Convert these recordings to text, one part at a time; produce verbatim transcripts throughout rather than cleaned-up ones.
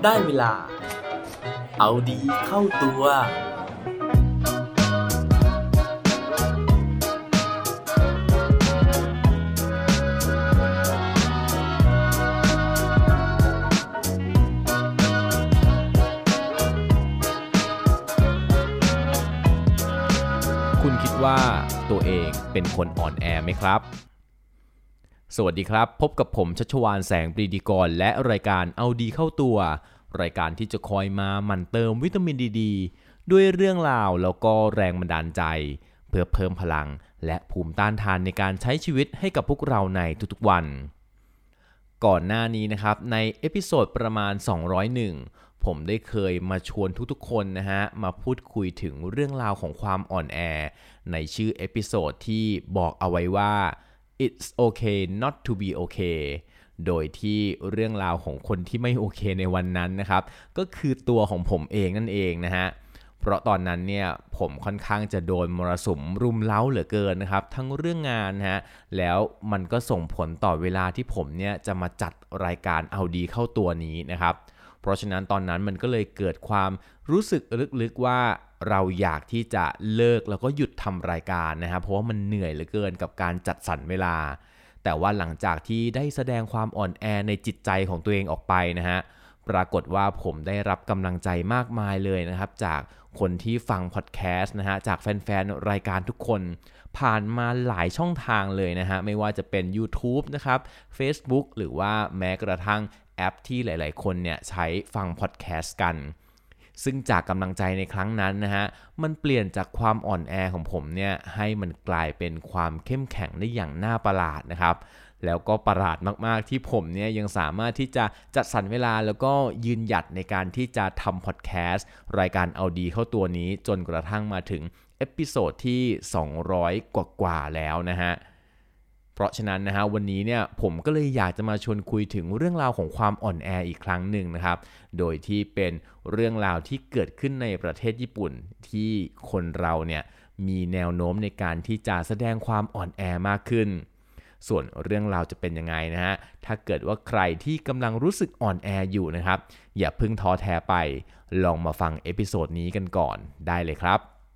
ได้เวลาเอาดีเข้าตัวคุณคิดว่าตัวเองเป็นคนอ่อนแอไหมครับสวัสดีครับพบกับผมชัชวาลแสงปรีดีกรและรายการเอาดีเข้าตัวรายการที่จะคอยมาหมั่นเติมวิตามินดีดีด้วยเรื่องราวแล้วก็แรงบันดาลใจเพื่อเพิ่มพลังและภูมิต้านทานในการใช้ชีวิตให้กับพวกเราในทุกๆวันก่อนหน้านี้นะครับในเอพิโซดประมาณสองร้อยเอ็ดผมได้เคยมาชวนทุกๆคนนะฮะมาพูดคุยถึงเรื่องราวของความอ่อนแอในชื่อเอพิโซดที่บอกเอาไว้ว่า It's okay not to be okay โดยที่เรื่องราวของคนที่ไม่โอเคในวันนั้นนะครับก็คือตัวของผมเองนั่นเองนะฮะเพราะตอนนั้นเนี่ยผมค่อนข้างจะโดนมรสุมรุมเร้าเหลือเกินนะครับทั้งเรื่องงานนะฮะแล้วมันก็ส่งผลต่อเวลาที่ผมเนี่ยจะมาจัดรายการเอาดีเข้าตัวนี้นะครับเพราะฉะนั้นตอนนั้นมันก็เลยเกิดความรู้สึกลึกๆว่าเราอยากที่จะเลิกแล้วก็หยุดทำรายการนะครับเพราะว่ามันเหนื่อยเหลือเกินกับการจัดสรรเวลาแต่ว่าหลังจากที่ได้แสดงความอ่อนแอในจิตใจของตัวเองออกไปนะฮะปรากฏว่าผมได้รับกำลังใจมากมายเลยนะครับจากคนที่ฟังพอดแคสต์นะฮะจากแฟนๆรายการทุกคนผ่านมาหลายช่องทางเลยนะฮะไม่ว่าจะเป็น YouTube นะครับ Facebook หรือว่าแม้กระทั่งแอปที่หลายๆคนเนี่ยใช้ฟังพอดแคสต์กันซึ่งจากกำลังใจในครั้งนั้นนะฮะมันเปลี่ยนจากความอ่อนแอของผมเนี่ยให้มันกลายเป็นความเข้มแข็งได้อย่างน่าประหลาดนะครับแล้วก็ประหลาดมากๆที่ผมเนี่ยยังสามารถที่จะจัดสรรเวลาแล้วก็ยืนหยัดในการที่จะทำพอดแคสต์รายการเอาดีเข้าตัวนี้จนกระทั่งมาถึงเอพิโซดที่สองร้อยกว่าๆแล้วนะฮะเพราะฉะนั้นนะฮะวันนี้เนี่ยผมก็เลยอยากจะมาชวนคุยถึงเรื่องราวของความอ่อนแออีกครั้งหนึ่งนะครับโดยที่เป็นเรื่องราวที่เกิดขึ้นในประเทศญี่ปุ่นที่คนเราเนี่ยมีแนวโน้มในการที่จะแสดงความอ่อนแอมากขึ้นส่วนเรื่องราวจะเป็นยังไงนะฮะถ้าเกิดว่าใครที่กำลังรู้สึกอ่อนแออยู่นะครับอย่าเพิ่งท้อแท้ไปลองมาฟังเอพิโซดนี้กันก่อนได้เลยครับ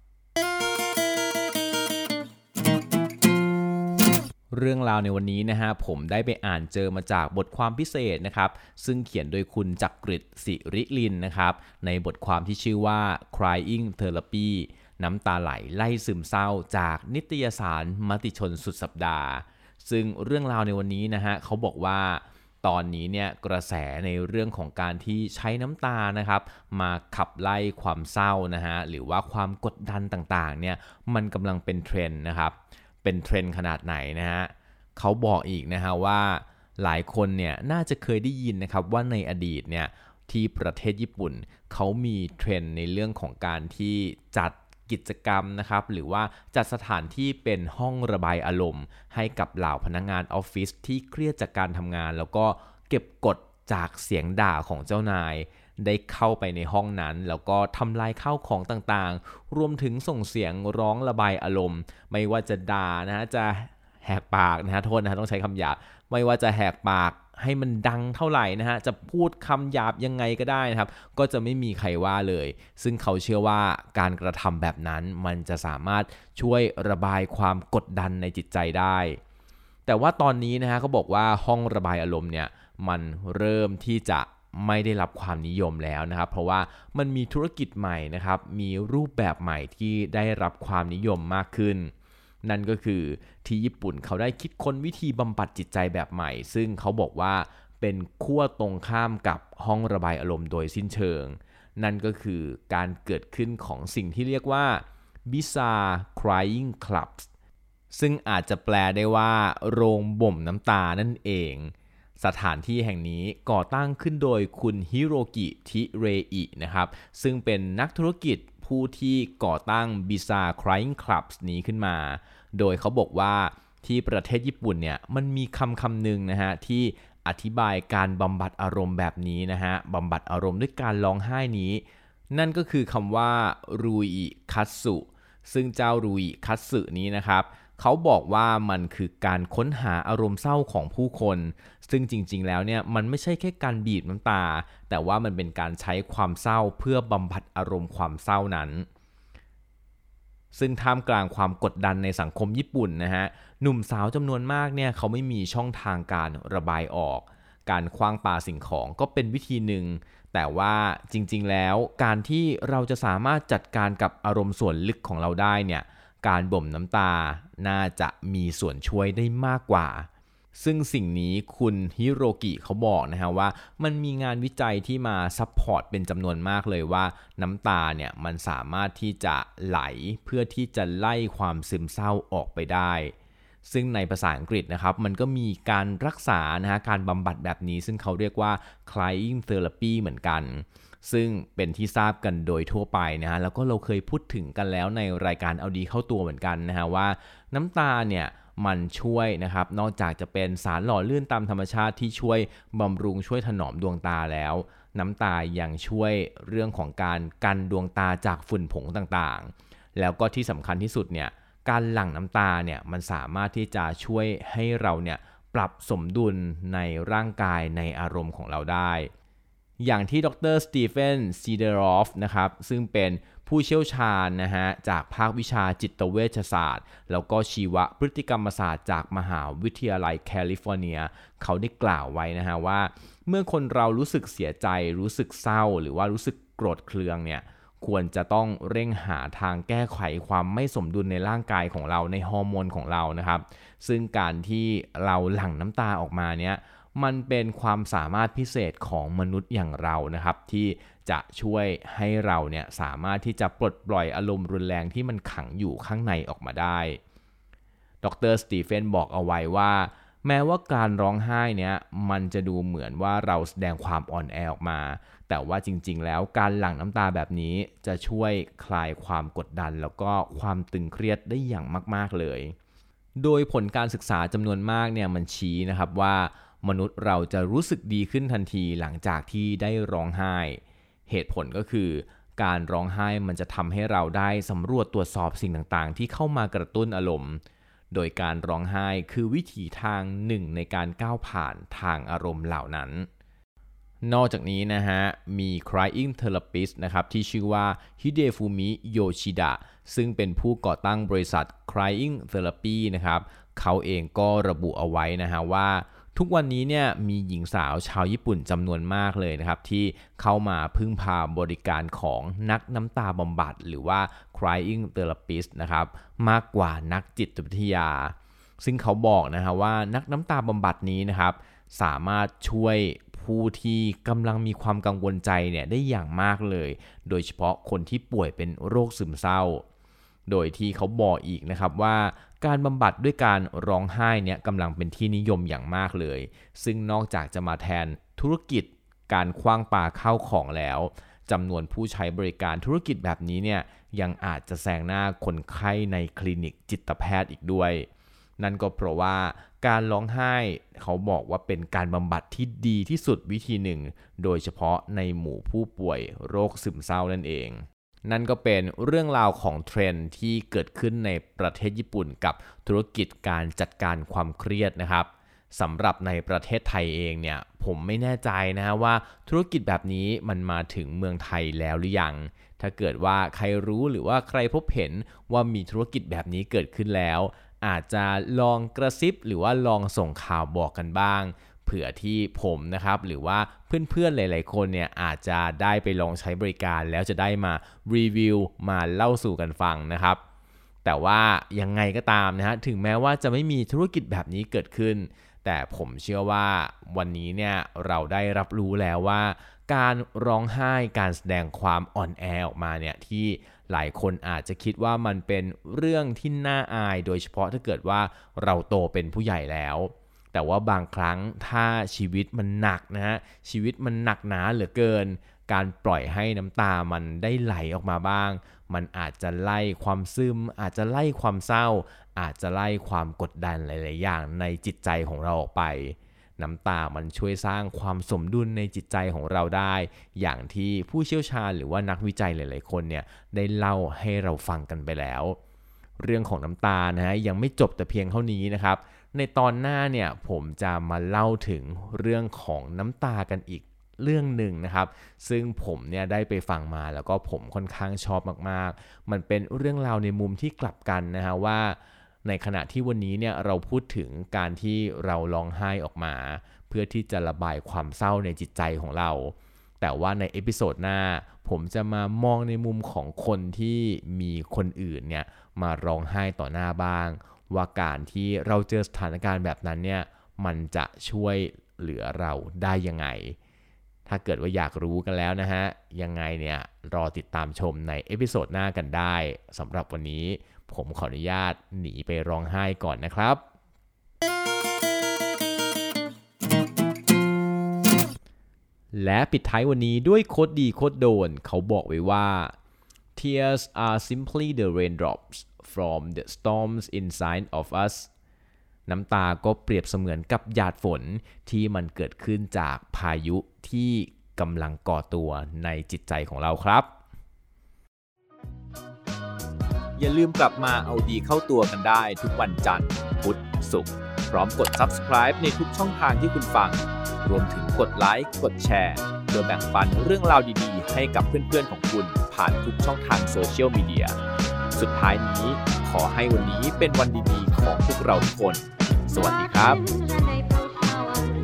เรื่องราวในวันนี้นะฮะผมได้ไปอ่านเจอมาจากบทความพิเศษนะครับซึ่งเขียนโดยคุณจักริดศิริลินนะครับในบทความที่ชื่อว่า Crying Therapy น้ำตาไหลไล่ซึมเศร้าจากนิตยสารมติชนสุดสัปดาห์ซึ่งเรื่องราวในวันนี้นะฮะเขาบอกว่าตอนนี้เนี่ยกระแสในเรื่องของการที่ใช้น้ำตานะครับมาขับไล่ความเศร้านะฮะหรือว่าความกดดันต่างๆเนี่ยมันกำลังเป็นเทรนด์นะครับเป็นเทรนด์ขนาดไหนนะฮะเขาบอกอีกนะฮะว่าหลายคนเนี่ยน่าจะเคยได้ยินนะครับว่าในอดีตเนี่ยที่ประเทศญี่ปุ่นเขามีเทรนด์ในเรื่องของการที่จัดกิจกรรมนะครับหรือว่าจัดสถานที่เป็นห้องระบายอารมณ์ให้กับเหล่าพนักงานออฟฟิศที่เครียดจากการทำงานแล้วก็เก็บกดจากเสียงด่าของเจ้านายได้เข้าไปในห้องนั้นแล้วก็ทำลายข้าวของต่างๆรวมถึงส่งเสียงร้องระบายอารมณ์ไม่ว่าจะด่านะฮะจะแหกปากนะฮะโทษนะฮะต้องใช้คำหยาบไม่ว่าจะแหกปากให้มันดังเท่าไหร่นะฮะจะพูดคำหยาบยังไงก็ได้นะครับก็จะไม่มีใครว่าเลยซึ่งเขาเชื่อว่าการกระทำแบบนั้นมันจะสามารถช่วยระบายความกดดันในจิตใจได้แต่ว่าตอนนี้นะฮะเขาบอกว่าห้องระบายอารมณ์เนี่ยมันเริ่มที่จะไม่ได้รับความนิยมแล้วนะครับเพราะว่ามันมีธุรกิจใหม่นะครับมีรูปแบบใหม่ที่ได้รับความนิยมมากขึ้นนั่นก็คือที่ญี่ปุ่นเขาได้คิดค้นวิธีบำบัดจิตใจแบบใหม่ซึ่งเขาบอกว่าเป็นขั้วตรงข้ามกับห้องระบายอารมณ์โดยสิ้นเชิงนั่นก็คือการเกิดขึ้นของสิ่งที่เรียกว่า Bizarre Crying Clubs ซึ่งอาจจะแปลได้ว่าโรงบ่มน้ำตานั่นเองสถานที่แห่งนี้ก่อตั้งขึ้นโดยคุณฮิโรกิทิเรอินะครับซึ่งเป็นนักธุรกิจผู้ที่ก่อตั้ง Bizarre Crying Clubs นี้ขึ้นมาโดยเขาบอกว่าที่ประเทศญี่ปุ่นเนี่ยมันมีคำคำหนึ่งนะฮะที่อธิบายการบำบัดอารมณ์แบบนี้นะฮะบำบัดอารมณ์ด้วยการร้องไห้นี้นั่นก็คือคำว่ารุอิคัตสึซึ่งเจ้ารุอิคัตสึนี้นะครับเขาบอกว่ามันคือการค้นหาอารมณ์เศร้าของผู้คนซึ่งจริงๆแล้วเนี่ยมันไม่ใช่แค่การบีบน้ำตาแต่ว่ามันเป็นการใช้ความเศร้าเพื่อบำบัดอารมณ์ความเศร้านั้นซึ่งท่ามกลางความกดดันในสังคมญี่ปุ่นนะฮะหนุ่มสาวจำนวนมากเนี่ยเขาไม่มีช่องทางการระบายออกการขว้างปาสิ่งของก็เป็นวิธีหนึ่งแต่ว่าจริงๆแล้วการที่เราจะสามารถจัดการกับอารมณ์ส่วนลึกของเราได้เนี่ยการบ่มน้ำตาน่าจะมีส่วนช่วยได้มากกว่าซึ่งสิ่งนี้คุณฮิโรกิเขาบอกนะฮะว่ามันมีงานวิจัยที่มาซัพพอร์ตเป็นจำนวนมากเลยว่าน้ำตาเนี่ยมันสามารถที่จะไหลเพื่อที่จะไล่ความซึมเศร้าออกไปได้ซึ่งในภาษาอังกฤษนะครับมันก็มีการรักษานะฮะการบำบัดแบบนี้ซึ่งเขาเรียกว่า crying therapy เหมือนกันซึ่งเป็นที่ทราบกันโดยทั่วไปนะฮะแล้วก็เราเคยพูดถึงกันแล้วในรายการเอาดีเข้าตัวเหมือนกันนะฮะว่าน้ำตาเนี่ยมันช่วยนะครับนอกจากจะเป็นสารหล่อลื่นตามธรรมชาติที่ช่วยบำรุงช่วยถนอมดวงตาแล้วน้ำตายังช่วยเรื่องของการกันดวงตาจากฝุ่นผงต่างๆแล้วก็ที่สำคัญที่สุดเนี่ยการหลั่งน้ำตาเนี่ยมันสามารถที่จะช่วยให้เราเนี่ยปรับสมดุลในร่างกายในอารมณ์ของเราได้อย่างที่ดร.สตีเฟน ซีเดรอฟนะครับซึ่งเป็นผู้เชี่ยวชาญนะฮะจากภาควิชาจิตเวชศาสตร์แล้วก็ชีวพฤติกรรมศาสตร์จากมหาวิทยาลัยแคลิฟอร์เนียเขาได้กล่าวไว้นะฮะว่าเมื่อคนเรารู้สึกเสียใจรู้สึกเศร้าหรือว่ารู้สึกโกรธเคืองเนี่ยควรจะต้องเร่งหาทางแก้ไขความไม่สมดุลในร่างกายของเราในฮอร์โมนของเรานะครับซึ่งการที่เราหลั่งน้ำตาออกมาเนี่ยมันเป็นความสามารถพิเศษของมนุษย์อย่างเรานะครับที่จะช่วยให้เราเนี่ยสามารถที่จะปลดปล่อยอารมณ์รุนแรงที่มันขังอยู่ข้างในออกมาได้ดร.สตีเฟนบอกเอาไว้ว่าแม้ว่าการร้องไห้เนี่ยมันจะดูเหมือนว่าเราแสดงความอ่อนแอออกมาแต่ว่าจริงๆแล้วการหลั่งน้ำตาแบบนี้จะช่วยคลายความกดดันแล้วก็ความตึงเครียดได้อย่างมากๆเลยโดยผลการศึกษาจำนวนมากเนี่ยมันชี้นะครับว่ามนุษย์เราจะรู้สึกดีขึ้นทันทีหลังจากที่ได้ร้องไห้เหตุผลก็คือการร้องไห้มันจะทำให้เราได้สำรวจตรวจสอบสิ่งต่างๆที่เข้ามากระตุ้นอารมณ์โดยการร้องไห้คือวิถีทางหนึ่งในการก้าวผ่านทางอารมณ์เหล่านั้นนอกจากนี้นะฮะมี crying therapist นะครับที่ชื่อว่าฮิเดฟุมิโยชิดะซึ่งเป็นผู้ก่อตั้งบริษัท crying therapy นะครับเขาเองก็ระบุเอาไว้นะฮะว่าทุกวันนี้เนี่ยมีหญิงสาวชาวญี่ปุ่นจำนวนมากเลยนะครับที่เข้ามาพึ่งพาบริการของนักน้ำตาบำบัดหรือว่า crying therapist นะครับมากกว่านักจิตวิทยาซึ่งเขาบอกนะฮะว่านักน้ำตาบำบัดนี้นะครับสามารถช่วยผู้ที่กำลังมีความกังวลใจเนี่ยได้อย่างมากเลยโดยเฉพาะคนที่ป่วยเป็นโรคซึมเศร้าโดยที่เขาบอกอีกนะครับว่าการบำบัดด้วยการร้องไห้เนี่ยกำลังเป็นที่นิยมอย่างมากเลยซึ่งนอกจากจะมาแทนธุรกิจการขว้างปาเข้าของแล้วจำนวนผู้ใช้บริการธุรกิจแบบนี้เนี่ยยังอาจจะแซงหน้าคนไข้ในคลินิกจิตแพทย์อีกด้วยนั่นก็เพราะว่าการร้องไห้เขาบอกว่าเป็นการบำบัดที่ดีที่สุดวิธีหนึ่งโดยเฉพาะในหมู่ผู้ป่วยโรคซึมเศร้านั่นเองนั่นก็เป็นเรื่องราวของเทรนด์ที่เกิดขึ้นในประเทศญี่ปุ่นกับธุรกิจการจัดการความเครียดนะครับสำหรับในประเทศไทยเองเนี่ยผมไม่แน่ใจนะว่าธุรกิจแบบนี้มันมาถึงเมืองไทยแล้วหรือยังถ้าเกิดว่าใครรู้หรือว่าใครพบเห็นว่ามีธุรกิจแบบนี้เกิดขึ้นแล้วอาจจะลองกระซิบหรือว่าลองส่งข่าวบอกกันบ้างเผื่อที่ผมนะครับหรือว่าเพื่อนๆหลายๆคนเนี่ยอาจจะได้ไปลองใช้บริการแล้วจะได้มารีวิวมาเล่าสู่กันฟังนะครับแต่ว่ายังไงก็ตามนะฮะถึงแม้ว่าจะไม่มีธุรกิจแบบนี้เกิดขึ้นแต่ผมเชื่อว่าวันนี้เนี่ยเราได้รับรู้แล้วว่าการร้องไห้การแสดงความอ่อนแอออกมาเนี่ยที่หลายคนอาจจะคิดว่ามันเป็นเรื่องที่น่าอายโดยเฉพาะถ้าเกิดว่าเราโตเป็นผู้ใหญ่แล้วแต่ว่าบางครั้งถ้าชีวิตมันหนักนะฮะชีวิตมันหนักหนาเหลือเกินการปล่อยให้น้ำตามันได้ไหลออกมาบ้างมันอาจจะไล่ความซึมอาจจะไล่ความเศร้าอาจจะไล่ความกดดันหลายๆอย่างในจิตใจของเราออกไปน้ำตามันช่วยสร้างความสมดุลในจิตใจของเราได้อย่างที่ผู้เชี่ยวชาญหรือว่านักวิจัยหลายๆคนเนี่ยได้เล่าให้เราฟังกันไปแล้วเรื่องของน้ำตานะฮะยังไม่จบแต่เพียงเท่านี้นะครับในตอนหน้าเนี่ยผมจะมาเล่าถึงเรื่องของน้ำตากันอีกเรื่องหนึ่งนะครับซึ่งผมเนี่ยได้ไปฟังมาแล้วก็ผมค่อนข้างชอบมากๆมันเป็นเรื่องราวในมุมที่กลับกันนะฮะว่าในขณะที่วันนี้เนี่ยเราพูดถึงการที่เราร้องไห้ออกมาเพื่อที่จะระบายความเศร้าในจิตใจของเราแต่ว่าในเอพิโซดหน้าผมจะมามองในมุมของคนที่มีคนอื่นเนี่ยมาร้องไห้ต่อหน้าบ้างว่าการที่เราเจอสถานการณ์แบบนั้นเนี่ยมันจะช่วยเหลือเราได้ยังไงถ้าเกิดว่าอยากรู้กันแล้วนะฮะยังไงเนี่ยรอติดตามชมในเอพิโซดหน้ากันได้สำหรับวันนี้ผมขออนุญาตหนีไปร้องไห้ก่อนนะครับและปิดท้ายวันนี้ด้วยโคตรดีโคตรโดนเขาบอกไว้ว่า Tears are simply the raindrops from the storms inside of us น้ำตาก็เปรียบเสมือนกับหยาดฝนที่มันเกิดขึ้นจากพายุที่กำลังก่อตัวในจิตใจของเราครับอย่าลืมกลับมาเอาดีเข้าตัวกันได้ทุกวันจันทร์พุธศุกร์พร้อมกด Subscribe ในทุกช่องทางที่คุณฟังรวมถึงกดไลค์กดแชร์โดยแบ่งปันเรื่องราวดีๆให้กับเพื่อนๆของคุณผ่านทุกช่องทางโซเชียลมีเดียสุดท้ายนี้ขอให้วันนี้เป็นวันดีๆของพวกเราทุกคนสวัสดีครับ